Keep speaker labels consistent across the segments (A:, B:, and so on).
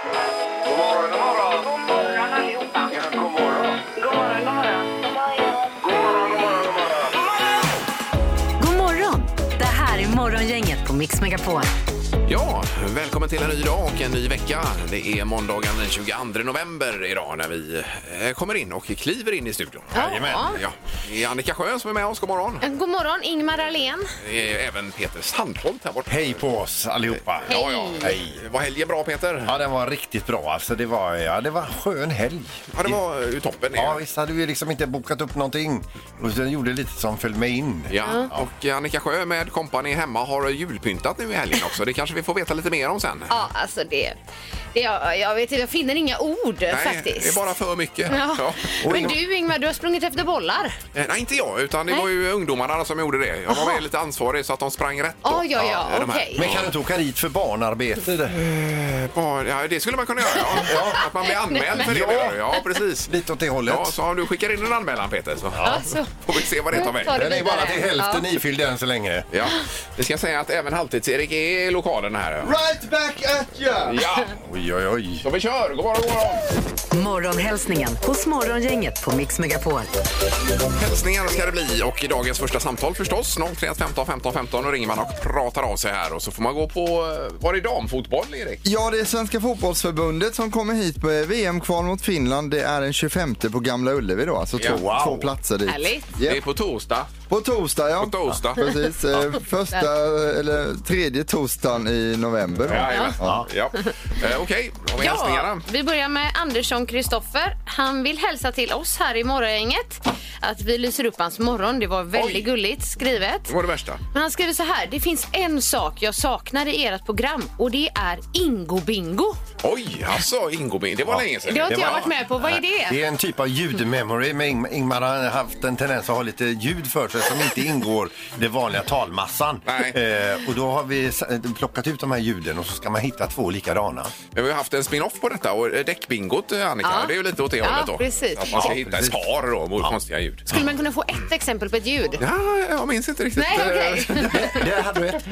A: God morgon, god morgon.
B: God morgon allihopa.
A: Ja, god morgon.
B: God morgon, god morgon.
A: God morgon, god morgon, god morgon.
C: God morgon! Det här är Morgongänget på Mix Megapol.
D: Ja, välkommen till en ny dag och en ny vecka. Det är måndagen den 22 november idag när vi kommer in och kliver in i studion.
E: Jajamän.
D: Ja, det är Annika Sjö som är med oss. God morgon.
F: God morgon, Ingmar Ahlén.
D: Det är även Peter Sandholt här borta.
E: Hej på oss allihopa.
D: Ja,
E: Hej.
D: Var helgen bra, Peter?
E: Ja, den var riktigt bra. Alltså, det var en skön helg.
D: Ja, det var ju toppen.
E: Ja, visst hade vi liksom inte bokat upp någonting. Och sen gjorde lite som följde med in.
D: Ja, och Annika Sjö med kompani hemma har julpyntat nu i helgen också. Det kanske vi får veta lite mer om sen.
F: Ja, alltså jag vet inte, jag finner inga ord faktiskt.
D: Det är bara för mycket.
F: Ja.
D: Ja.
F: Men du Ingmar, du har sprungit efter bollar.
D: Nej, inte jag, utan det var ju ungdomarna som gjorde det. Jag var lite ansvarig så att de sprang rätt. Då.
F: Ja,
D: de här.
F: okej.
E: Men kan du inte åka dit för barnarbete?
D: Ja, det skulle man kunna göra. Ja. Att man blir anmäld för det. Ja, precis.
E: Lite åt det hållet.
D: Ja, så om du skickar in en anmälan, Peter, så
F: Alltså,
D: får vi se vad det tar vägen.
E: Den är bara till hälften ifylld än så länge.
D: Ja, det ska jag säga att även Halvtids-Erik är i lokalen här.
A: Right back at ya!
D: Ja,
E: Oj.
D: så vi kör. God morgon, god morgon.
C: Morgonhälsningen hos Morgongänget på Mix Megapol.
D: Hälsningar ska det bli och i dagens första samtal förstås 031 15 15 15 och ringer man och pratar av sig här och så får man gå på, var det damfotboll, Erik?
G: Ja, det är Svenska fotbollsförbundet som kommer hit på VM-kval mot Finland. Det är den 25 på Gamla Ullevi då, alltså två platser dit.
F: härligt.
D: Det är på torsdag.
G: På torsdag, ja.
D: På torsdag.
G: Precis, tredje torsdagen i november.
D: Ja. Okej, då har vi hälsningarna.
F: Vi börjar med Andersson Kristoffer. Han vill hälsa till oss här i Morgongänget att vi lyser upp hans morgon. Det var väldigt gulligt skrivet.
D: Det var det värsta.
F: Men han skriver så här: det finns en sak jag saknar i ert program och det är Ingo Bingo.
D: Oj, alltså Ingo Bingo. Det var länge sedan.
F: Det har inte jag varit med på. Vad är det?
E: Det är en typ av ljudmemory. Men Ingmar har haft en tendens att ha lite ljud för sig som inte ingår i det vanliga talmassan. Och då har vi plockat ut de här ljuden och så ska man hitta två likadana.
D: Vi har haft en spin-off på detta och däckbingot, Annika, det är ju lite åt det hållet då.
F: Precis.
D: Att man ska hitta ett par då mot konstiga ljud.
F: Skulle man kunna få ett exempel på ett ljud?
D: Ja, jag minns inte riktigt.
F: Nej, okej.
E: Där hade du ett.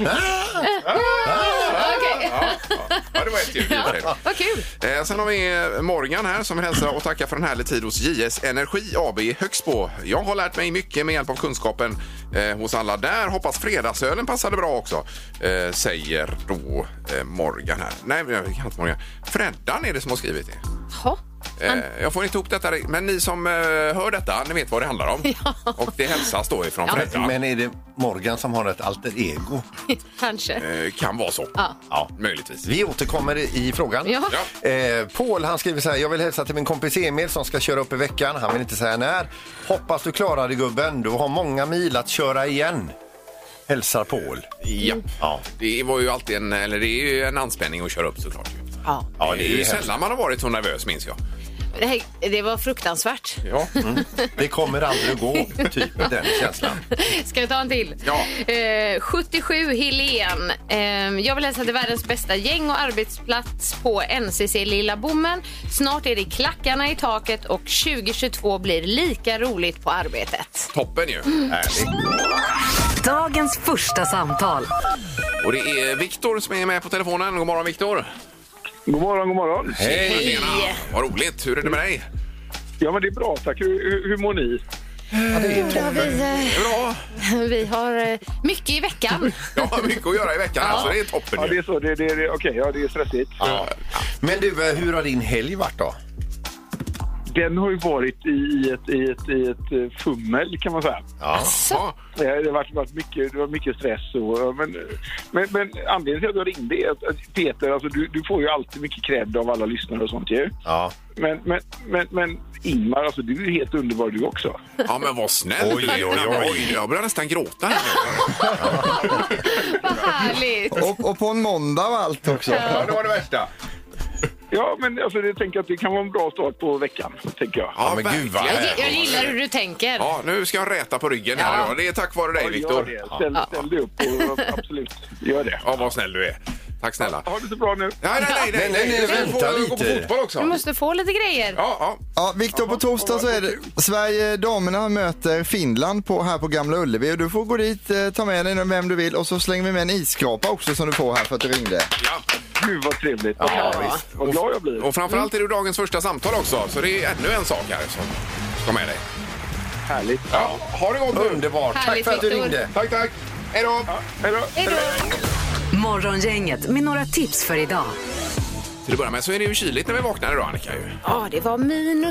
F: Okej.
D: Ja, det var ett ljud.
F: Vad kul.
D: Sen har vi Morgan här som vill hälsa och tacka för en härlig tid hos JS Energi AB i Högsbo. Jag har lärt mig mycket med hjälp av kunskapen hos alla där. Hoppas fredagsölen passade bra också, säger då Morgan här. Nej, jag kan inte Morgan. Freddan är det som har skrivit det.
F: Ja.
D: Jag får inte ihop detta, men ni som hör detta, ni vet vad det handlar om.
F: Ja.
D: Och det hälsas då ifrån Freddan.
E: Men är det Morgan som har ett alter ego?
F: Kanske.
D: Kan vara så.
F: Ja.
D: Möjligtvis.
E: Vi återkommer i frågan.
F: Ja.
E: Paul, han skriver så här: jag vill hälsa till min kompis Emil som ska köra upp i veckan. Han vill inte säga när. Hoppas du klarar det, gubben. Du har många mil att köra igen. Hälsar Paul.
D: Ja. Det var ju alltid det är ju en anspänning att köra upp såklart.
F: Ja.
D: Ja, det är ju sällan man har varit så nervös, minns jag.
F: Det var fruktansvärt.
D: Ja.
E: Det kommer aldrig att gå, typ den känslan.
F: Ska jag ta en till?
D: Ja.
F: 77 Helén. Jag vill hälsa till världens bästa gäng och arbetsplats på NCC Lilla Bommen. Snart är det klackarna i taket och 2022 blir lika roligt på arbetet.
D: Toppen ju. Härligt.
C: Dagens första samtal.
D: Och det är Viktor som är med på telefonen. God morgon, Viktor.
A: God morgon, god morgon.
D: Hej. Vad roligt. Hur är det med dig?
A: Ja, men det är bra, tack. Hur mår ni?
D: Bra.
F: Vi har mycket i veckan.
D: Jag har mycket att göra i veckan, så det är toppen.
A: Ja, det är så. Okej, det är stressigt.
E: Ja. Men du, hur har din helg varit då?
A: Den har ju varit i ett fummel, kan man säga.
D: Ja.
A: Det har varit mycket stress. Men anledningen till att jag ringde är att Peter, alltså, du får ju alltid mycket cred av alla lyssnare och sånt ju.
E: Ja.
A: Men Ingmar, alltså, du är ju helt underbar du också.
D: Ja, men vad snäll. Oj. Jag börjar nästan gråta här.
F: Vad härligt.
G: Och på en måndag och allt också.
D: Ja, det var det värsta.
A: Ja, men alltså, jag tänker att det kan vara en bra start på veckan, tänker jag.
D: Ja,
E: men gud vad
F: Jag gillar hur du tänker.
D: Ja, nu ska jag räta på ryggen här. Ja. Det är tack vare dig, Viktor.
A: Ställ dig upp och absolut, gör det.
D: Ja, vad snäll du är. Tack snälla.
A: Ha det så bra nu.
D: Nej,
E: vänta
D: gå på
E: lite.
D: fotboll också.
F: Du måste få lite grejer.
G: Ja, Viktor, på torsdag så är det Sverige damerna möter Finland här på Gamla Ullevi. Och du får gå dit, ta med dig vem du vill och så slänger vi med en isskrapa också som du får här för att du ringde.
D: Ja.
A: Gud vad trevligt.
D: Ja, visst.
A: Vad glad jag blir.
D: Och framförallt är det dagens första samtal också, så det är ännu en sak här som ska med dig.
A: Härligt.
D: Ja, har det gått nu?
E: Underbart.
F: Härligt,
E: Tack för att du
F: Victor.
E: ringde.
D: Tack. Hej då.
A: Hej då.
F: Hej då!
C: Morgongänget med några tips för idag.
D: Till att börja med så är det ju kyligt när vi vaknar idag, Annika.
F: Ja, det var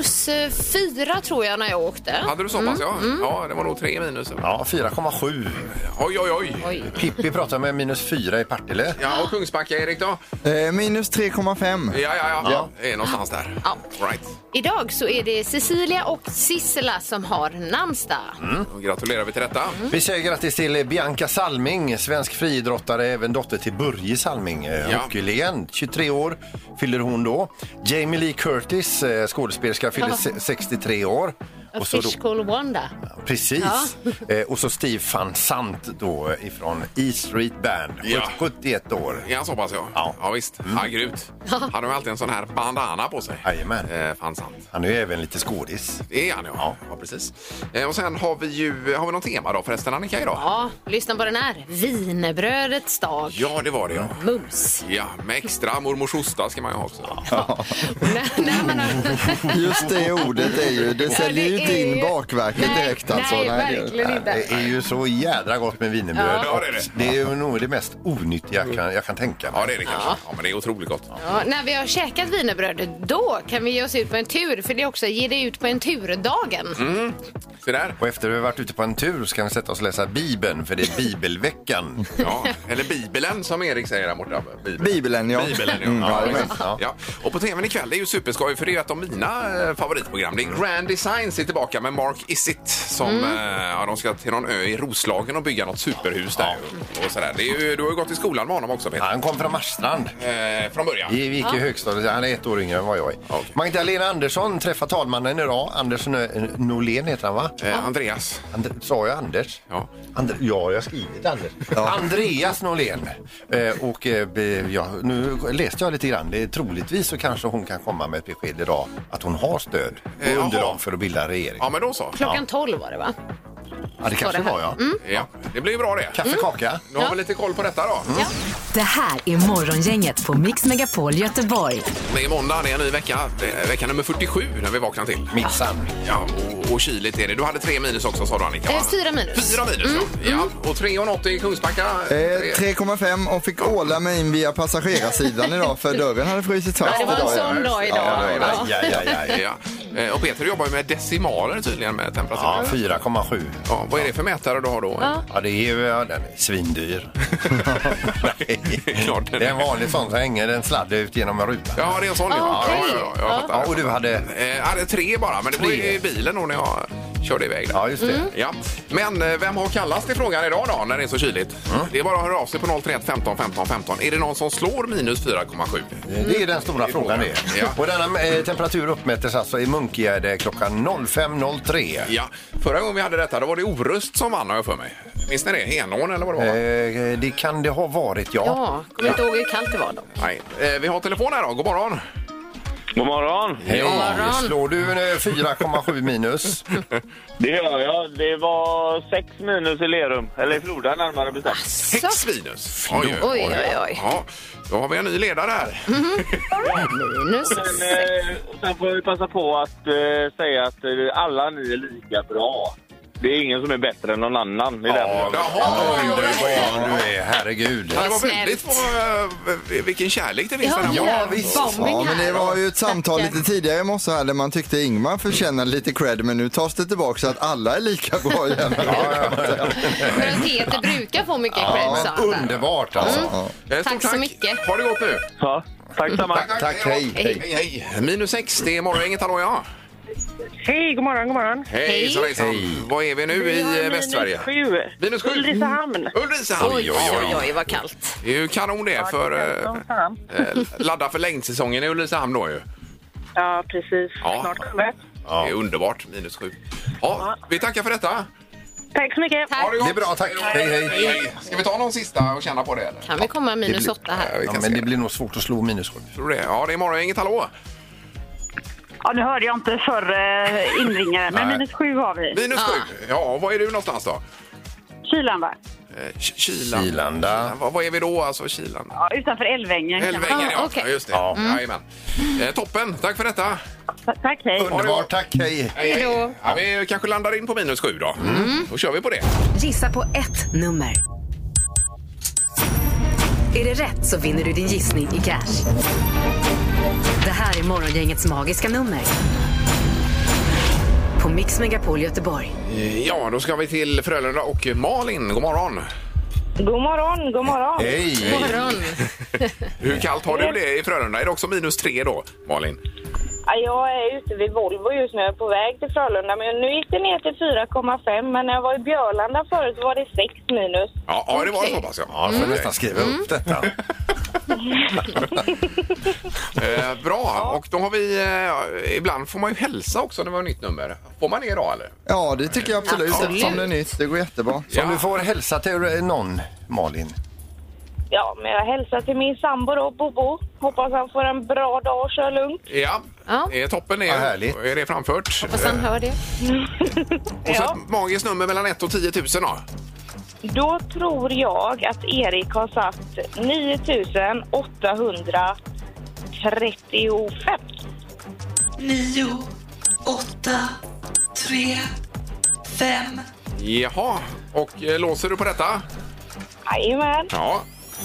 F: -4 tror jag när jag åkte.
D: Hade du så pass, ja? Ja, det var nog 3 minus.
E: Ja, 4,7.
D: Oj.
E: Pippi pratar med -4 i Partille.
D: Ja, och Kungsbacka, Erik då?
G: Minus 3,5.
D: Ja. Det är någonstans där.
F: Ja.
D: Right.
F: Idag så är det Cecilia och Sissela som har namnsdag.
D: Och gratulerar vi till detta.
E: Vi säger grattis till Bianca Salming, svensk friidrottare, även dotter till Börje Salming, hockeylegend, 23 år fyller hon då. Jamie Lee Curtis, skådespelerska, fyller 63 år.
F: A Fish Called Wanda.
E: Precis. Och så Steve Van Sant då ifrån E Street Band, 71 år.
D: Ja, så pass ja, visst. Ja, grymt. Han har alltid en sån här bandana på sig.
E: Jajamän.
D: Fan sant.
E: Han är ju även lite skådis.
D: Det är han, ja, precis. Och sen har vi någon tema då förresten, Annika, idag?
F: Ja, lyssna på den här. Wienerbrödets dag.
D: Ja, det var det, ja.
F: Mums.
D: Ja, med extra mormors osta ska man ju ha också.
F: När man har...
G: Just det ordet är ju, det säljer ju inte in bakverket direkt alltså.
F: Nej, verkligen inte.
E: Det är ju så jädra gott med wienerbröd.
D: Ja, det är det.
E: Det är ju nog det mest onyttiga jag kan tänka mig.
D: Ja, det är det kanske. Ja, men det är otroligt gott.
F: Ja, när vi har käkat wienerbröd, då kan vi ge oss ut på en tur. För det är också ge dig ut på en turdagen.
D: Se där.
E: Och efter att vi har varit ute på en tur så kan vi sätta oss och läsa Bibeln, för det är Bibelveckan.
D: Ja, eller Bibeln som Erik säger där borta.
G: Bibeln, ja.
D: Bibeln, ja.
E: Ja.
D: Ja. Och på tvn ikväll, det är ju superskoj, för det är ju ett av mina favoritprogram. Det är Grand Designs är tillbaka med Mark Isitt som de ska till någon ö i Roslagen och bygga något superhus där. Och sådär. Det är ju, du har ju gått i skolan med honom också, Peter.
E: Han kom från Marstrand.
D: Från början.
E: Vi gick i högstadiet. Han är 1 år yngre än vad jag är.
D: Okay.
E: Magdalena Andersson träffar talmannen idag. Anders Norlén heter han, va?
D: Andreas.
E: Sa jag Anders?
D: Ja.
E: Jag har skrivit Anders. Andreas Norlén. Nu läste jag lite grann. Det är troligtvis så kanske hon kan komma med ett besked idag att hon har stöd och underlag för att bilda regering.
D: Ja, men då så.
F: Klockan 12 var det, va?
E: Ja, det kanske var, ja.
D: Ja, det blir ju bra det.
E: Kaffekaka.
D: Nu har vi lite koll på detta då.
F: Ja.
C: Det här är Morgongänget på Mix Megapol Göteborg.
D: Det är måndag, det är en ny vecka. Vecka nummer 47 när vi vaknar till.
E: Minsann.
D: Ja, och kyligt är det. Du hade 3 minus också, sa du, Annika, va?
F: 4 minus.
D: 4 minus, ja. Och 3,80 i Kungsbacka.
G: 3,5 och fick åla mig in via passagerarsidan idag för dörren hade frusit fast
F: Ja, det var en
G: idag.
F: sån dag idag.
D: Ja. Och Peter jobbar ju med decimaler tydligen med temperatur.
E: Ja, 4,7.
D: Ja, vad är det för mätare du har då?
E: Ja, det är ju den är svindyr.
D: Klart
E: Det är en vanlig sån som hänger en sladd ut genom en ruta.
D: Ja, det är en sån. Ja, jag fattar.
E: Ja, och du hade...
D: Jag hade 3 bara, men det var i bilen då när jag körde iväg där.
E: Ja, just det.
D: Ja. Men vem har kallast i frågan idag då när det är så kyligt? Det är bara att höra av sig på 031 15 15 15. Är det någon som slår minus 4,7?
E: Det är den stora frågan det.
D: Ja.
E: Och denna temperatur uppmättes alltså i Munkegärde klockan 05.03.
D: Ja, förra gången vi hade detta då var det Orust som vann, har jag för mig. Minns ni det? Henån eller vad det var?
E: Det kan det ha varit,
F: Ja, kommer inte ihåg hur kallt det var då.
D: Nej. Vi har telefon här då. God morgon.
A: God morgon.
E: Hej.
F: morgon.
E: Slår du 4,7 minus?
A: Det gör jag. Det var 6 minus i Lerum. Eller i Floda närmare bestämt.
D: 6 minus.
F: Oj.
D: Ja, då har vi en ny ledare här.
F: Minus.
A: Sen får vi passa på att säga att alla ni är lika bra. Det är ingen som är bättre än någon annan.
D: Jaha,
E: Du är, herregud.
D: Ja, det var väldigt vilken kärlek det finns.
F: Ja,
E: visst.
G: Ja, men det var ju ett samtal lite tidigare i morse här där man tyckte Ingmar förtjänade lite cred, men nu tas det tillbaka så att alla är lika bra igen.
F: Men Peter brukar få mycket cred, sa han.
E: Underbart alltså.
F: Tack så mycket.
D: Har det gått nu?
A: Ja, tack samma.
E: Tack, hej.
D: Hej. Minus 6, det är morgongänget, hallå ja.
B: Hej, god morgon.
D: Hej.
E: Hej.
D: Vad är vi nu i Västsverige?
B: Minus 7.
D: Ulricehamn.
F: Oj, vad kallt.
D: Det är ju kanon det för ladda för längdsäsongen i Ulricehamn då ju.
B: Ja, precis.
D: Ja.
B: Snart kommer.
D: Det är underbart, minus 7. Ja, vi tackar för detta.
B: Tack så mycket.
D: Ha det gott.
E: Det är bra, tack. Hej.
D: Ska vi ta någon sista och känna på det eller?
F: Kan vi komma minus 8 här?
E: Ja, men det blir nog svårt att slå minus 7.
D: Tror du det? Ja, det är morgongänget, hallå.
B: Ja, nu hörde jag inte förra inringaren, men minus 7 har vi.
D: Minus 7. Ja, var är du någonstans då?
B: Kylan, va?
E: Kilanda.
D: Vad är vi då? Alltså Kilanda?
B: Ja, utanför Älvängen.
D: Älvängen, ja.
F: okej.
D: Ja, just det.
E: Ja.
D: Jajamän. Toppen, tack för detta.
B: Tack, hej.
E: Underbart, tack, hej.
D: Hej då. Ja, vi kanske landar in på -7 då. Då kör vi på det.
C: Gissa på ett nummer. Är det rätt så vinner du din gissning i cash. Det här är Morgongängets magiska nummer. På Mix Megapol Göteborg.
D: Ja, då ska vi till Frölunda och Malin. God morgon.
H: God morgon, god morgon.
E: Hej.
F: Morgon.
D: Hur kallt har du det i Frölunda? Är det också -3 då, Malin?
H: Ja, jag är ute vid Volvo just nu på väg till Frölunda. Men nu gick det ner till 4,5. Men när jag var i Björlanda förut var det 6 minus.
D: Ja, det var det så pass.
E: Ja, jag får nästan skriva upp detta.
D: Bra, och då har vi... ibland får man ju hälsa också när vi har nytt nummer. Får man det idag eller?
G: Ja, det tycker jag absolut. Eftersom det är nytt. Det går jättebra.
E: Så om du får hälsa till någon, Malin.
H: Ja, men jag hälsar till min sambo då, Bobo. Hoppas han får en bra dag och kör lugnt.
D: Ja, det är toppen det.
E: Ja, härligt.
D: Då är det framfört.
F: Hoppas han hör det.
D: Och så ett magiskt nummer mellan 1 och 10 000 då.
H: Då tror jag att Erik har satt 9835.
I: 9, 8, 3, 5.
D: Jaha, och låser du på detta?
H: Jajamän.
D: Ja.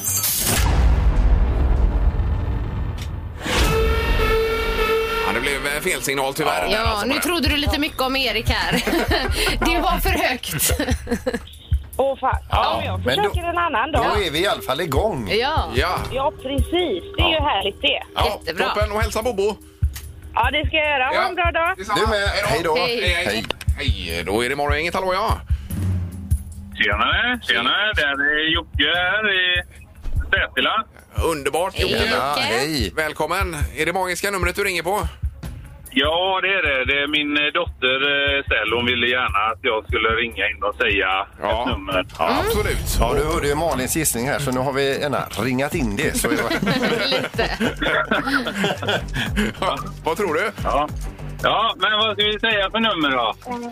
D: Ja, det blev fel signal tyvärr.
F: Ja,
D: alltså,
F: nu trodde du lite mycket om Erik här. Det var för högt.
H: Åh fan. Ja, jag
E: men
H: försöker en annan dag.
E: Då är vi i alla fall igång.
F: Ja.
H: Ja, precis. Det är ju härligt det.
D: Ja,
F: Jättebra.
D: toppen, och hälsa Bobo.
H: Ja, det ska jag göra. Ha en bra dag.
D: Detsamma.
E: Du med. Hej då.
F: Hej.
D: Hej, då är det Morgongänget. Hallå, ja.
A: Tjenare, där är Jocke här i Sätila.
D: Underbart, Jocke.
E: Ja, hej.
D: Välkommen. Är det magiska numret du ringer på?
A: Ja, det är det. Det är min dotter Stell. Hon ville gärna att jag skulle ringa in och säga ett nummer.
D: Ja, absolut.
E: Ja, du hörde ju Malins gissning här, så nu har vi ringat in det. Så
F: Lite.
D: Vad tror du?
A: Ja, men vad ska vi säga för nummer då?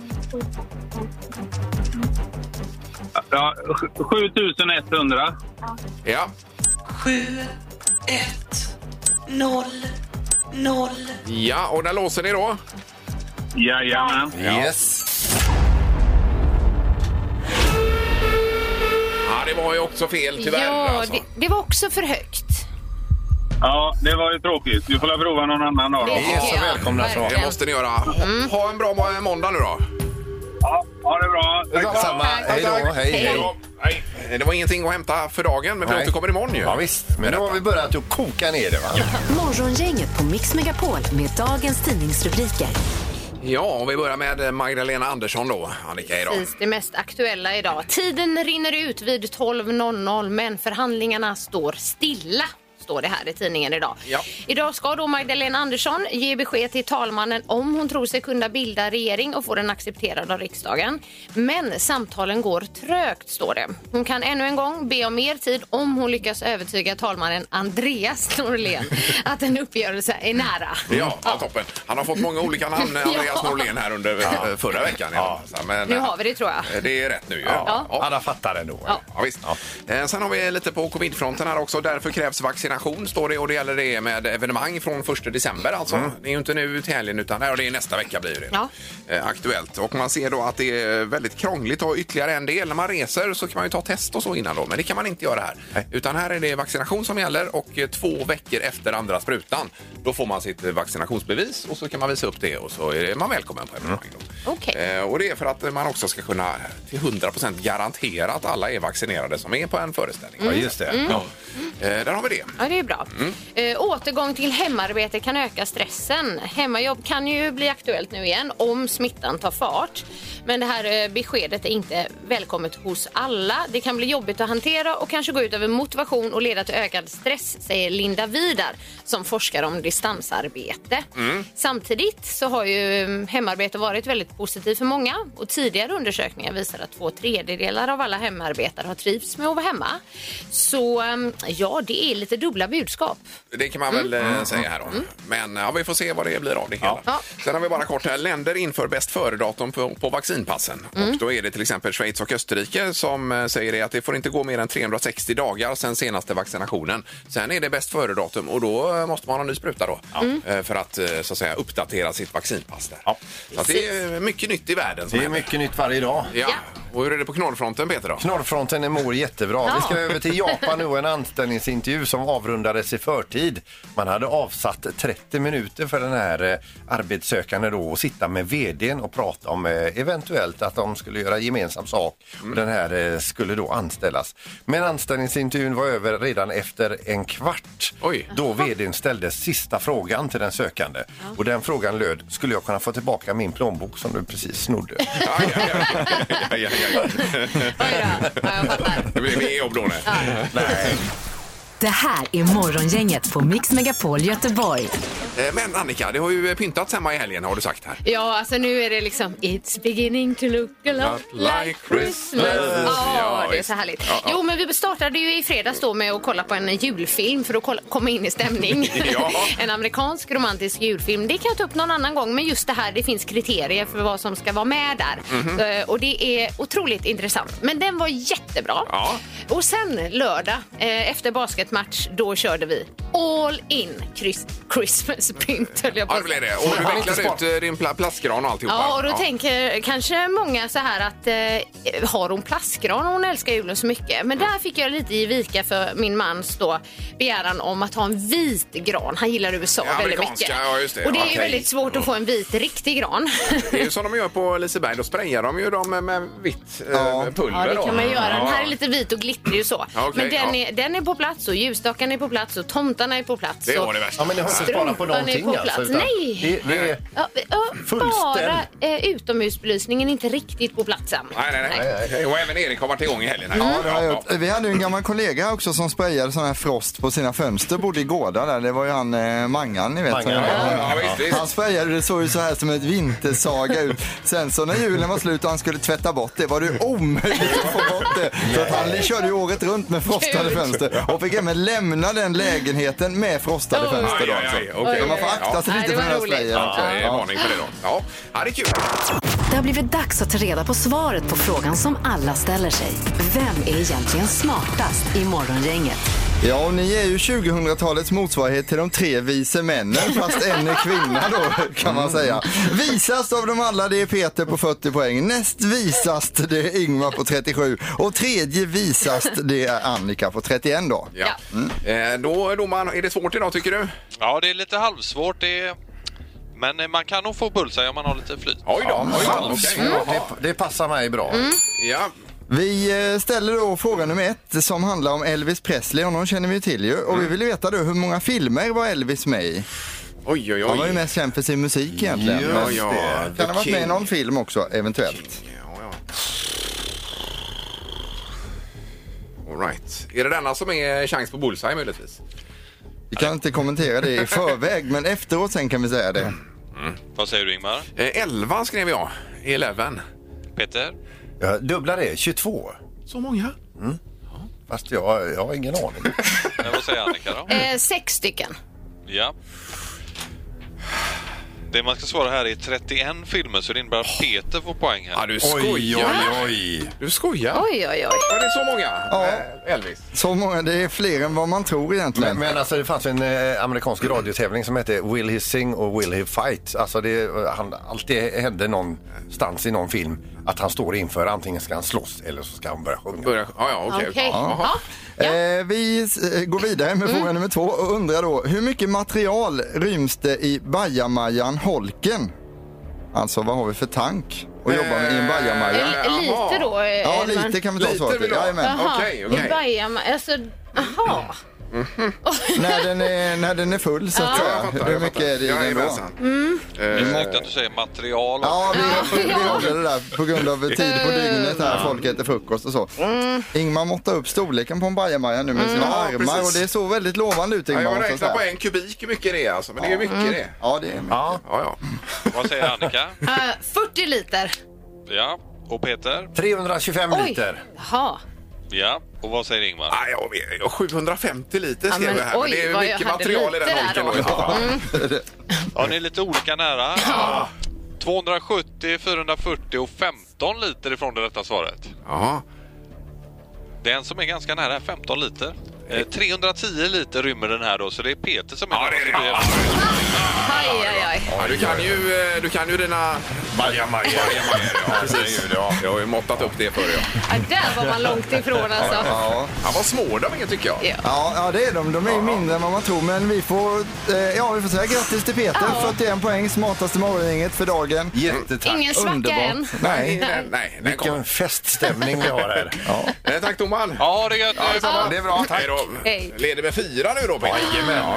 A: Ja, 7100.
D: Ja.
I: 7, 1, 0, 0.
D: Ja, och där låser ni då?
A: Jajamän.
E: yes.
D: Ja, det var ju också fel tyvärr.
F: Ja,
D: alltså.
F: det var också för högt.
A: Ja, det var ju tråkigt. Vi får la prova någon annan dag.
F: Det
E: Ni är så
F: Ja,
E: välkomna så.
F: verkligen.
D: Det måste ni göra. Ha en bra måndag nu då.
A: Ja, ha det bra.
E: Samma. Hej då. Hej, hej.
D: Nej, det var ingenting att hämta för dagen, men vi
E: Nej.
D: återkommer imorgon ju.
E: Ja, visst. Men nu har vi börjat att koka ner det, va?
C: Morgongänget på Mix Megapol med dagens tidningsrubriker.
D: Ja, och vi börjar med Magdalena Andersson då, Annika, idag.
F: Precis, det mest aktuella idag. Tiden rinner ut vid 12.00 men förhandlingarna står stilla. Står det här i tidningen idag.
D: Ja.
F: Idag ska då Magdalena Andersson ge besked till talmannen om hon tror sig kunna bilda regering och få den accepterad av riksdagen. Men samtalen går trögt, står det. Hon kan ännu en gång be om mer tid om hon lyckas övertyga talmannen Andreas Norlén att en uppgörelse är nära.
D: Ja, toppen. Han har fått många olika namn, Andreas Norlén, här under förra veckan. Ja. Men,
F: Nu har vi det, tror jag.
D: Det är rätt nu ju.
F: Ja.
E: Alla fattar det nog.
F: Ja.
D: Ja, visst. Sen har vi lite på covidfronten här också. Därför krävs vaccination, står det, och det gäller det med evenemang från 1 december alltså. Det är ju inte nu till helgen utan det är nästa vecka blir det.
F: Ja.
D: Aktuellt. Och man ser då att det är väldigt krångligt att ha ytterligare en del. När man reser så kan man ju ta test och så innan då, men det kan man inte göra här.
E: Nej.
D: Utan här är det vaccination som gäller och 2 veckor efter andra sprutan då får man sitt vaccinationsbevis och så kan man visa upp det och så är man välkommen på evenemang då.
F: Okej.
D: Och det är för att man också ska kunna till 100% garantera att alla är vaccinerade som är på en föreställning.
E: Ja, just det.
D: Ja. Där har vi det.
F: Ja, det är bra. Återgång till hemarbete kan öka stressen. Hemmajobb kan ju bli aktuellt nu igen om smittan tar fart. Men det här beskedet är inte välkommet hos alla. Det kan bli jobbigt att hantera och kanske gå ut över motivation och leda till ökad stress, säger Linda Vidar som forskar om distansarbete. Samtidigt så har ju hemarbete varit väldigt positivt för många och tidigare undersökningar visar att 2/3 av alla hemarbetare har trivts med att vara hemma. Så ja, det är lite dubbla budskap.
D: Det kan man väl säga här då. Men vi får se vad det blir av det hela.
F: Ja.
D: Sen har vi bara kort här. Länder inför bäst före-datum på vaccin vaccinpassen. Och då är det till exempel Schweiz och Österrike som säger att det får inte gå mer än 360 dagar sedan senaste vaccinationen. Sen är det bäst före-datum och då måste man ha en ny spruta då. För att så att säga uppdatera sitt vaccinpass där.
E: Ja.
D: Så att det är mycket nytt i världen.
E: Det är mycket nytt varje dag.
D: Ja. Och hur är det på knorrfronten, Peter då?
E: Knorrfronten mår jättebra. Vi ska över till Japan nu, en anställningsintervju som avrundades i förtid. Man hade avsatt 30 minuter för den här arbetssökande då att sitta med vdn och prata om eventuellt att de skulle göra gemensam sak. Och den här skulle då anställas. Men anställningsintervjun var över redan efter en kvart.
D: Oj.
E: Då vdn ställde sista frågan till den sökande. Och den frågan löd: skulle jag kunna få tillbaka min plånbok som du precis snodde?
D: Ja. Det blir mer jobb då.
E: Nej.
C: Det här är Morgongänget på Mix Megapol Göteborg.
D: Men Annika, det har ju pyntats hemma i helgen har du sagt här.
F: Ja, alltså nu är det liksom It's beginning to look a lot like Christmas. Ja, det är så härligt.
D: Ja.
F: Jo, men vi startade ju i fredags då med att kolla på en julfilm för att komma in i stämning.
D: Ja.
F: En amerikansk romantisk julfilm. Det kan jag ta upp någon annan gång, men just det här, det finns kriterier för vad som ska vara med där. Och det är otroligt intressant. Men den var jättebra.
D: Ja.
F: Och sen lördag, efter basketmatch, då körde vi all in Christmas print, höll jag på.
D: Ja, det blev det. Och du vecklade ut din plastgran och alltihopa.
F: Ja, och då tänker kanske många så här att har hon plastgran och hon älskar julen så mycket. Men där fick jag lite i vika för min mans då begäran om att ha en vit gran. Han gillar USA väldigt mycket.
D: Ja, just det.
F: Och det är ju väldigt svårt att få en vit riktig gran.
D: Det är ju som de gör på Liseberg. Då sprayar de ju dem med vitt pulver.
F: Ja, det kan man göra.
D: Ja.
F: Den här är lite vit och glittrig och så.
D: Ja, okej,
F: men den är på plats och ljusstaken är på plats och tomtarna är på plats.
D: Det var det värsta.
E: Ja, men det har inte sparat på någonting alltså.
F: Nej!
E: Det är
F: Bara utomhusbelysningen inte riktigt på platsen.
D: Nej. Och även Erik har varit igång i helgen. Här.
G: Ja, det har jag gjort. Vi hade ju en gammal kollega också som sprayade sån här frost på sina fönster, bodde i Gårda där. Det var ju han Mangan, ni vet.
E: Mangan,
D: ja, visst.
G: Han sprayade, det såg ju så här som ett vintersaga ut. Sen så när julen var slut och han skulle tvätta bort det var det omöjligt att få bort det. Så att han körde ju året runt med frostade fönster och fick även lämna den lägenheten med frostade fönster då.
D: Okay.
G: Så man får akta sig lite för den här sprayen.
D: Ja, det är varning för det då. Ja, det är kul.
C: Det har blivit dags att ta reda på svaret på frågan som alla ställer sig. Vem är egentligen smartast i Morgongänget?
G: Ja, och ni är ju 2000-talets motsvarighet till de 3 vise männen, fast en är kvinna då, kan man säga. Visast av dem alla, det är Peter på 40 poäng. Näst visast, det är Ingmar på 37. Och tredje visast, det är Annika på 31 då.
D: Ja. Då domaren, är det svårt idag tycker du?
J: Ja, det är lite halvsvårt. Men man kan nog få bullseye om man har lite flyt.
D: Oj då.
E: Det passar mig bra.
D: Ja.
G: Vi ställer då fråga nummer 1 som handlar om Elvis Presley. Honom känner vi till ju. Och vi vill veta då hur många filmer var Elvis med i?
D: Oj.
G: Han var ju mest känd för sin musik egentligen.
D: Ja.
G: Kan ha varit med i någon film också, eventuellt.
D: Ja. All right. Är det denna som är chans på bullseye möjligtvis?
G: Vi kan inte kommentera det i förväg, men efteråt sen kan vi säga det.
J: Vad säger du, Ingmar?
D: 11 skrev jag. 11.
J: Peter?
E: Jag dubblar det, 22.
D: Så många?
E: Fast jag har ingen aning.
J: Vad säger Annika då?
F: 6 stycken.
J: Ja. Det man ska svara här är 31 filmer, så det innebär att Peter får poäng här.
D: Ja, du skojar.
E: Oj.
D: Du skojar?
F: Oj.
D: Ja, det är så många.
G: Ja.
D: Elvis.
G: Så många, det är fler än vad man tror egentligen.
E: Men alltså det fanns en amerikansk radiotävling som hette Will He Sing och Will He Fight. Alltså alltid hände någonstans i någon film att han står inför antingen ska han slåss eller så ska han börja sjunga.
F: Okej.
G: Vi går vidare med fråga nummer 2 och undrar då, hur mycket material ryms det i bajamajan Holken? Alltså vad har vi för tank att jobba med i en bajamaja?
F: Lite då?
G: Ja, lite kan vi ta svar till. Jajamän.
F: Okej. Alltså, aha.
G: När den är full så att säga. Hur mycket är det i den då?
J: Det är snyggt att du säger material.
G: Ja, vi håller det där på grund av tid på dygnet här. Folk äter frukost och så. Ingmar måttar upp storleken på en bajamaja nu med sina armar och det såg väldigt lovande ut, Ingmar.
D: Jag räknar på 1 kubik hur mycket det är alltså, men det är mycket det.
G: Ja, det är mycket.
D: Ja.
J: Vad säger Annika?
F: 40 liter.
J: Ja. Och Peter?
E: 325 liter.
F: Jaha.
J: Ja. Och vad säger Ingmar?
D: Jag 750 liter skrev jag här. Men det är
F: vad
D: mycket material i den holken då.
J: Ja, ni är lite olika nära. 270, 440 och 50 15 liter ifrån det rätta svaret.
D: Jaha.
J: Det är en som är ganska nära, 15 liter. 310 liter rymmer den här då, så det är Peter som är
D: Ja, det är det. Ja, du kan ju dina...
E: Bajamajor.
D: Ja, precis. Jag har ju måttat upp det för
F: Ja, där var man långt ifrån alltså.
G: Ja.
D: Ja, vad små de är tycker jag.
G: Ja, det är de. De är ju mindre än vad man tror. Men vi får säga grattis till Peter. 41 poäng, smartaste morgongänget för dagen.
E: Jättetack.
F: Ingen svacka än.
D: Nej.
E: Vilken feststämning vi har här.
D: Tack domaren.
J: Ja, det är gött.
E: Det är bra, tack.
D: Hej då. Leder med 4 nu då, Peter.
E: Jajamän.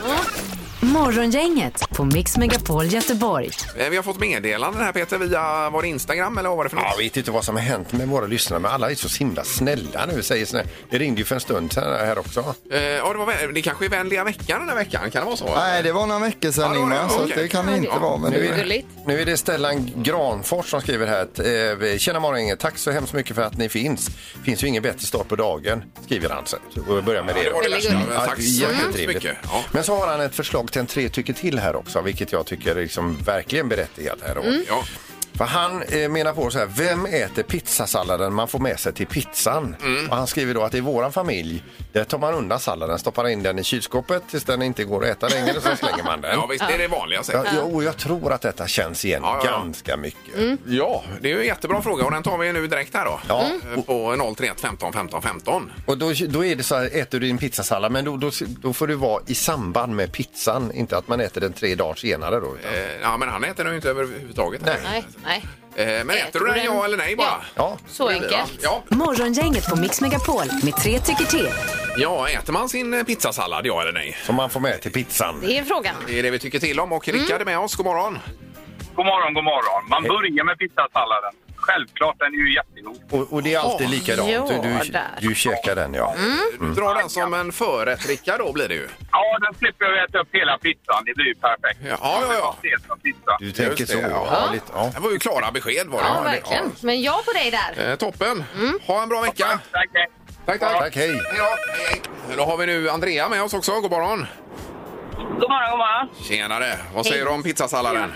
C: Morgongänget på Mix Megapol Göteborg.
D: Vi har fått meddelanden här, Peter, via vår Instagram, eller vad var det för något?
E: Jag vet inte vad som har hänt med våra lyssnare, men alla är så himla snälla nu, säger snälla. Det ringde ju för en stund här också.
D: Det kanske är vänliga veckan den här veckan, kan det vara så?
G: Nej, det var några veckor sedan, Ingmar, så det kan det inte vara. Men
E: nu är det Stellan Granfors som skriver här. Tjena morgongänget, tack så hemskt mycket för att ni finns. Finns ju ingen bättre start på dagen, skriver han. Så vi börjar med det.
D: Det var det värsta. Tack så hemskt mycket. Ja.
E: Men så har han ett förslag till en 3 tycker till här också, vilket jag tycker är liksom verkligen berättigat här.
D: Ja.
E: För han menar på så här, vem äter pizzasalladen man får med sig till pizzan? Och han skriver då att i våran familj, där tar man undan salladen, stoppar in den i kylskåpet tills den inte går att äta längre, så slänger man den.
D: Ja, visst, det är det vanliga sättet.
E: Jag tror att detta känns igen ganska mycket.
D: Ja, det är ju en jättebra fråga och den tar vi nu direkt här då.
E: Ja.
D: På 031 15 15 15. Och
E: då är det så här, äter du din pizzasallad, men då får det vara i samband med pizzan, inte att man äter den 3 dagar senare då.
D: Ja, men han äter den ju inte överhuvudtaget.
F: Nej.
D: Men äter du den ja eller nej bara?
E: Ja.
F: Så enkelt.
D: Ja.
C: Morgongänget på Mix Megapol med 3 tycker till.
D: Ja, äter man sin pizzasallad, ja eller nej?
E: Som man får med till pizzan.
F: Det är frågan.
D: Det är det vi tycker till om. Och Rickard är med oss. God morgon.
A: God morgon. Man börjar med pizzasalladen. Självklart, den är ju jättegod.
E: Och det är alltid likadant. Du käkar den, ja.
D: Du drar den som en förrätt, Rickard, då blir det ju.
A: Ja, den slipper jag äta upp hela pizzan. Det blir ju perfekt.
D: Ja.
E: Du tänker så.
D: Ja. Det var ju klara besked, var det?
F: Ja, verkligen. Men jag på dig där.
D: Toppen. Ha en bra vecka.
A: Tack.
E: Tack, hej.
D: Hej. Då har vi nu Andrea med oss också. God morgon.
H: God morgon.
D: Tjenare. Vad säger du om pizzasalladen?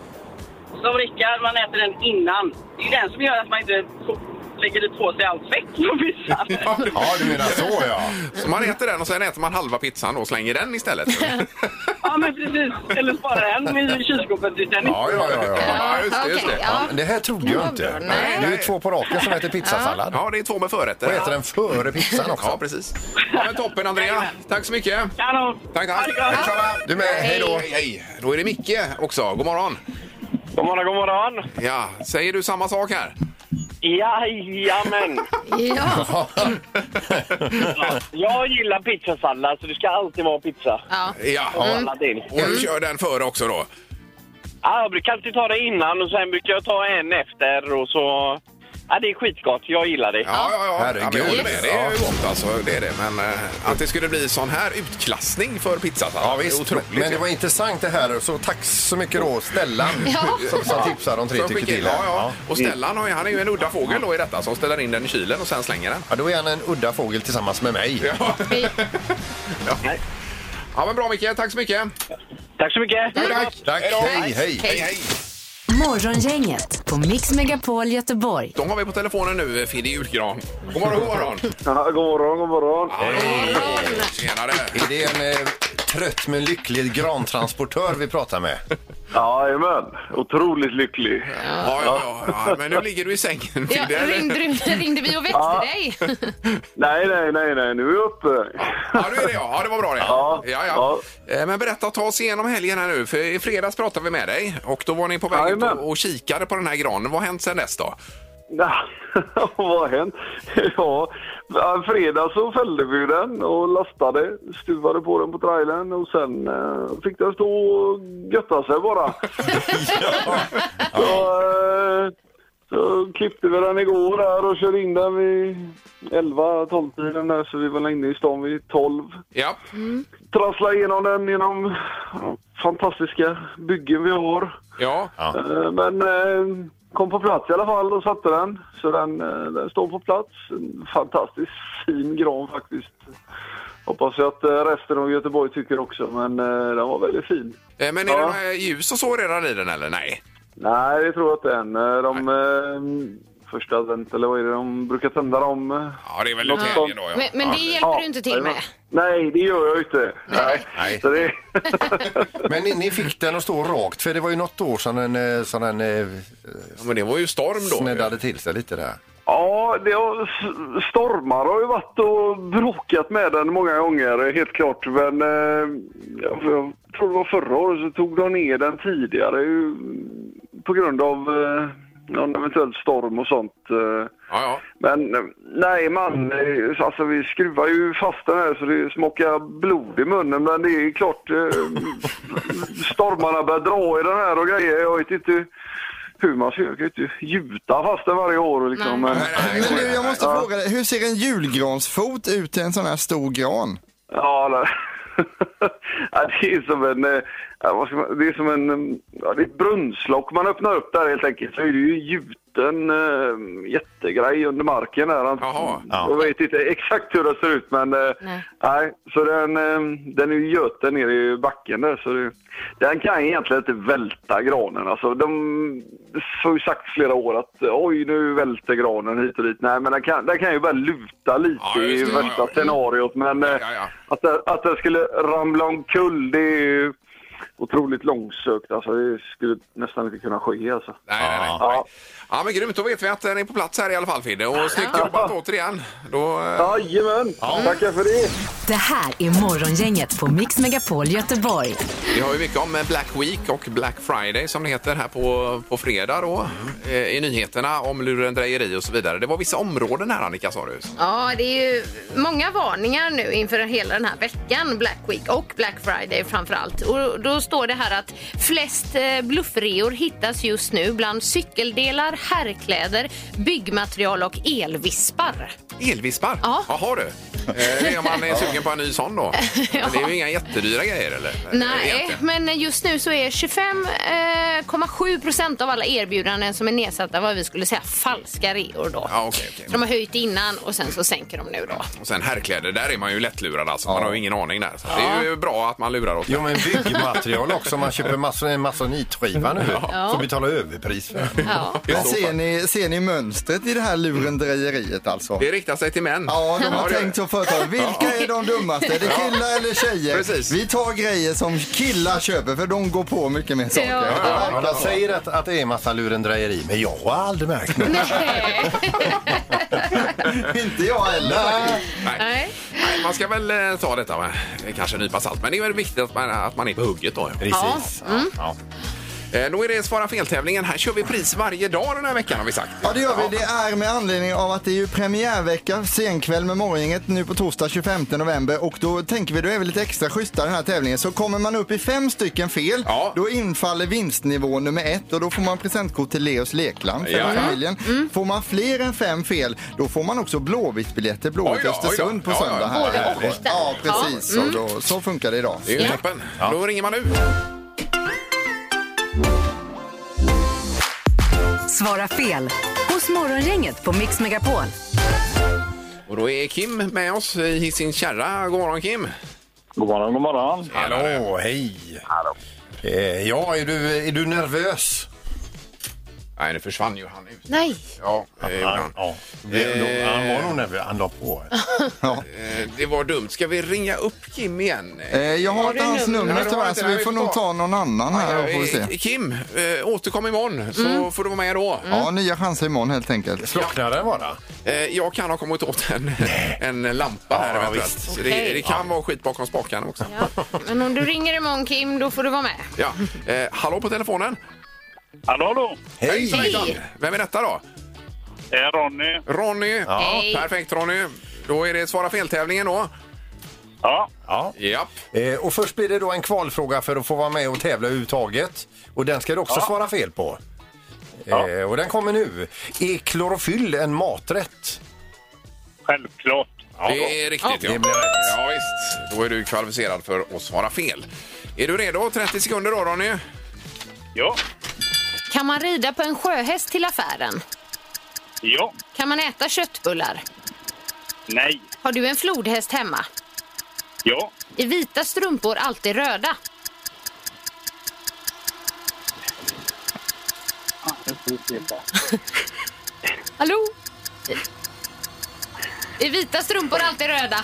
H: Som Rickard, man äter den innan. Det är den som gör att man inte lägger det på sig allt fett på pizzan.
E: Ja, du menar så, ja.
D: Så man äter den och sen äter man halva pizzan och slänger den istället.
H: Ja, men precis. Eller spara den i kylskåpet istället.
E: Ja.
D: Just det.
E: Ja, men det här trodde jag inte.
F: Nej.
E: Det är 2 på raken som äter pizzasallad.
D: Ja, det är 2 med förrätter.
E: Och äter den före pizzan också.
D: Ja, precis. Ja, men toppen, Andrea. Tack så mycket.
H: Kanon.
D: Tack.
E: Du med, hej då.
D: Hej. Då är det Micke också. God morgon.
A: God morgon.
D: Ja, säger du samma sak här?
A: Jajamän.
F: Ja.
A: Jag gillar pizzasallad, så det ska alltid vara pizza.
D: Ja. Och du kör den före också då?
A: Ja, jag brukar alltid ta det innan och sen brukar jag ta en efter och så... Ja, det är skitgott. Jag gillar det.
D: Ja.
E: Herregud.
D: Jag håller med. Det är ju gott alltså. Det är det. Men att det skulle bli sån här utklassning för pizzasallad.
E: Ja, visst.
D: Otroligt.
E: Men det var intressant det här. Så tack så mycket då, Stellan, som tipsar om 3 tycker till.
D: Ja. Och Stellan han är ju en udda fågel då i detta som ställer in den i kylen och sen slänger den.
E: Ja, då är han en udda fågel tillsammans med mig.
D: Ja, men bra Micke. Tack så mycket.
A: Tack så mycket.
E: Tack. Hej.
C: Morgongänget på Mix Megapol Göteborg.
D: De har vi på telefonen nu, Fidde Julgran. God morgon.
A: Ja, god morgon.
D: Tjenare.
E: Är det en trött men lycklig grantransportör vi pratar med?
A: Jajamän, otroligt lycklig.
D: Ja, men nu ligger du i sängen.
F: Ja, ringde vi och väckte dig?
A: Nej, nu är jag uppe.
D: Ja, du är det, ja. Det var bra det. Ja. Men berätta, ta oss igenom helgen här nu. För i fredags pratade vi med dig och då var ni på väg ut och kikade på den här granen. Vad har hänt sen dess då?
A: Vad har hänt? Ja, fredag så fällde vi den och lastade, stuvade på den på trailern och sen fick den stå och götta sig bara. Så klippte vi den igår där och körde in den vid 11-12-tiden där, så vi var inne i stan vid 12.
D: Ja.
A: Trasslade igenom den genom fantastiska byggen vi har.
D: Ja.
A: Men kom på plats i alla fall och satte den. Så den står på plats. En fantastiskt fin gran faktiskt. Hoppas jag att resten av Göteborg tycker också, men den var väldigt fin.
D: Men är det ljus och så redan i den eller nej?
A: Nej, det tror jag inte än. De första advent, eller vad är det de brukar tända dem?
D: Ja, det är väl helgen då. Ja.
F: Men det hjälper du inte till med?
A: Nej, det gör jag inte. Nej. Så det...
E: Men ni fick den att stå rakt, för det var ju något år sedan
D: men det var ju storm då.
E: Snäddade till sig lite där.
A: Ja, stormar har ju varit och bråkat med den många gånger, helt klart. Men jag tror det var förra året så tog de ner den tidigare på grund av någon eventuell storm och sånt.
D: Ja.
A: Men nej, alltså vi skruvar ju fast den här så det smakar blod i munnen. Men det är klart, stormarna börjar dra i den här och grejer. Jag vet inte hur man ska inte gjuta fast den varje år. Liksom.
G: Men nu, jag måste fråga dig, hur ser en julgransfot ut i en sån här stor gran?
A: Ja, det är som en... det är som en... det är ett brunnslock man öppnar upp där helt enkelt. Så är det ju gjuten jättegrej under marken där. Jag vet inte exakt hur det ser ut, men nej. Så den är ju göten ner i backen där. Så den kan egentligen inte välta granen. Alltså, de har ju sagt flera år att oj, nu välter granen hit och dit. Nej, men den kan ju bara luta lite i värsta scenariot. Men att den skulle ramla omkull, det är ju otroligt långsökt. Alltså, det skulle nästan inte kunna ske. Alltså.
D: Nej. Ja, men grymt. Då vet vi att den är på plats här i alla fall, Fidde. Och snyggt jobbat återigen.
A: Jajamän. Tackar för det.
C: Det här är Morgongänget på Mix Megapol Göteborg.
D: Vi har ju mycket om Black Week och Black Friday som det heter här på fredag då. I nyheterna om lurendrejeri och så vidare. Det var vissa områden här, Annika, sa du.
F: Ja, det är ju många varningar nu inför hela den här veckan. Black Week och Black Friday framförallt. Och då står det här att flest bluffreor hittas just nu bland cykeldelar, herrkläder, byggmaterial och elvispar.
D: Elvispar?
F: Ja.
D: Jaha du. Det är om man är sugen på en ny sån då. Men det är ju inga jättedyra grejer, eller?
F: Nej, men just nu så är 25,7% av alla erbjudanden som är nedsatta vad vi skulle säga falska reor då.
D: Ja, okay.
F: De har höjt innan och sen så sänker de nu då.
D: Och sen herrkläder, där är man ju lättlurad alltså. Man har ju ingen aning där. Så det är ju bra att man lurar åt.
E: Jo, men byggmaterial också. Man köper en massa nitskiva nu. Så betalar överpris för.
G: Men ser ni mönstret i det här lurendrejeriet alltså?
D: Det riktar sig till män.
G: Ja, de har tänkt så företag. Vilka är de dummaste? Är det killar eller tjejer?
D: Precis.
G: Vi tar grejer som killar köper för de går på mycket mer saker.
E: Ja, de säger att det är en massa lurendrejeri, men jag har aldrig märkt något.
G: Inte jag heller.
F: Nej.
D: Man ska väl ta detta med kanske en nypa salt. Men det är väl viktigt att man är på hugget då.
E: Precis. Ja.
D: Då är det Svara fel-tävlingen. Här kör vi pris varje dag den här veckan, har vi sagt.
G: Ja, det gör vi. Det är med anledning av att det är ju premiärvecka, senkväll med Morgongänget nu på torsdag 25 november. Och då tänker vi, då är vi lite extra schyssta den här tävlingen. Så kommer man upp i 5 stycken fel, då infaller vinstnivå nummer 1. Och då får man presentkort till Leos Lekland för familjen. Får man fler än 5 fel, då får man också Blåvitt-biljetter. Blåvitt Östersund på söndag här. Ja, precis. Så funkar det idag.
D: Det är ju toppen. Då ringer man nu.
C: Svara fel hos Morgongänget på Mix Megapol.
D: Och då är Kim med oss i sin kärra. God morgon, Kim.
K: God morgon.
E: Hallå, hej.
K: Hallå.
E: Ja, är du nervös?
D: Nej, nu försvann ju han ut.
F: Nej.
D: Ja,
E: han var nog nervös. Han la på.
D: Det var dumt. Ska vi ringa upp Kim igen?
G: Jag har inte hans nummer tyvärr, så vi får nog ta någon annan här. Får vi se.
D: Kim, återkom imorgon så får du vara med då.
G: Ja, nya chanser imorgon helt enkelt.
E: Slocknar den bara?
D: Jag kan ha kommit åt en lampa här eventuellt. Så det kan vara skit bakom spaken också.
F: Ja. Men om du ringer imorgon, Kim, då får du vara med.
D: Ja. Hallå på telefonen.
K: Hallå.
D: Hej. Vem är detta då?
K: Det är Ronny.
D: Ronny. Ja. Perfekt, Ronny. Då är det Svara fel-tävlingen då.
K: Ja.
D: Japp.
E: Och först blir det då en kvalfråga för att få vara med och tävla överhuvudtaget. Och den ska du också svara fel på. Och den kommer nu. Är klorofyll en maträtt?
K: Självklart.
D: Ja, det är riktigt,
E: det blir rätt.
D: Ja, visst. Då är du kvalificerad för att svara fel. Är du redo? 30 sekunder då, Ronny.
K: Ja.
F: Kan man rida på en sjöhäst till affären?
K: Ja.
F: Kan man äta köttbullar?
K: Nej.
F: Har du en flodhäst hemma?
K: Ja.
F: Är vita strumpor alltid röda? Hallå? Är vita strumpor alltid röda?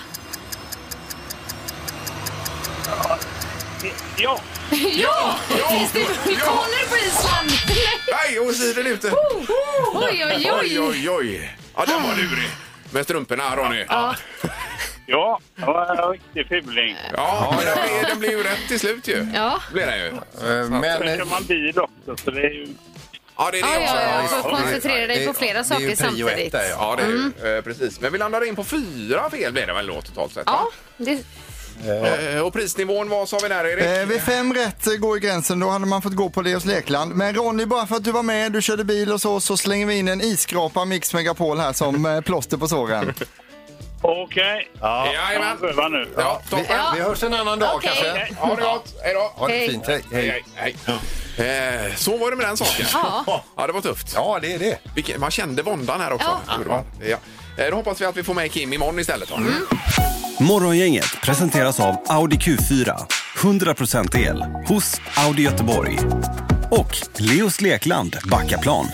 K: Ja.
F: Ja! Finns det vulkaner på Island?
D: Nej, och sidan ute.
F: Oj, oj, oj.
D: Oj, oj. Ja, den var lurig. Med strumporna, Ronny.
K: Ja, det var en riktig fuling.
D: Ja, den blir ju rätt till slut ju.
F: Ja.
D: Blir den ju.
K: Sen kör man bil också, så det är ju...
D: Ja, det är det också.
F: Ja, får koncentrera dig på flera saker samtidigt.
E: Där,
D: Ja, det är precis. Men vi landar in på 4 fel blir det väl då totalt sett?
F: Ja, det...
D: Och prisnivån, vad sa vi där, Erik?
G: Vid 5 rätt går i gränsen, då hade man fått gå på Leos Lekland. Men Ronny, bara för att du var med, du körde bil och så slänger vi in en isskrapa Mix Megapol här som plåster på såren.
K: Okej.
E: Ja.
D: Jajamän.
K: Pröva nu.
D: Ja, toppen.
E: Vi hörs en annan dag kanske.
D: Ha det gott. Hej då.
E: Ha det fint. Hej.
D: Hej. Så var det med den saken. Ja, det var tufft.
E: Ja, det är det.
D: Man kände våndan här också. Ja. Då hoppas vi att vi får med Kim imorgon istället.
L: Morgongänget presenteras av Audi Q4. 100% el hos Audi Göteborg. Och Leos Lekland Backaplan.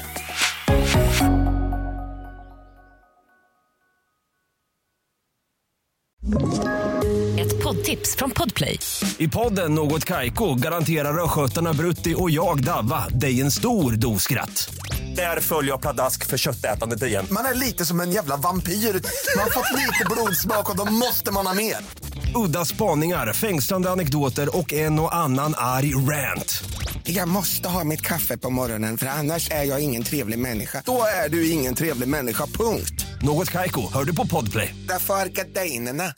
C: Ett poddtips från Podplay.
M: I podden Något Kaiko garanterar röskötarna Brutti och jag Davva dig en stor doskratt. Där följer jag pladask för köttätandet igen.
N: Man är lite som en jävla vampyr. Man har fått lite blodsmak och då måste man ha mer.
M: Udda spaningar, fängslande anekdoter och en och annan arg rant.
N: Jag måste ha mitt kaffe på morgonen för annars är jag ingen trevlig människa. Då är du ingen trevlig människa, punkt.
M: Något Kaiko, hör du på Podplay.
N: Därför är gardinerna.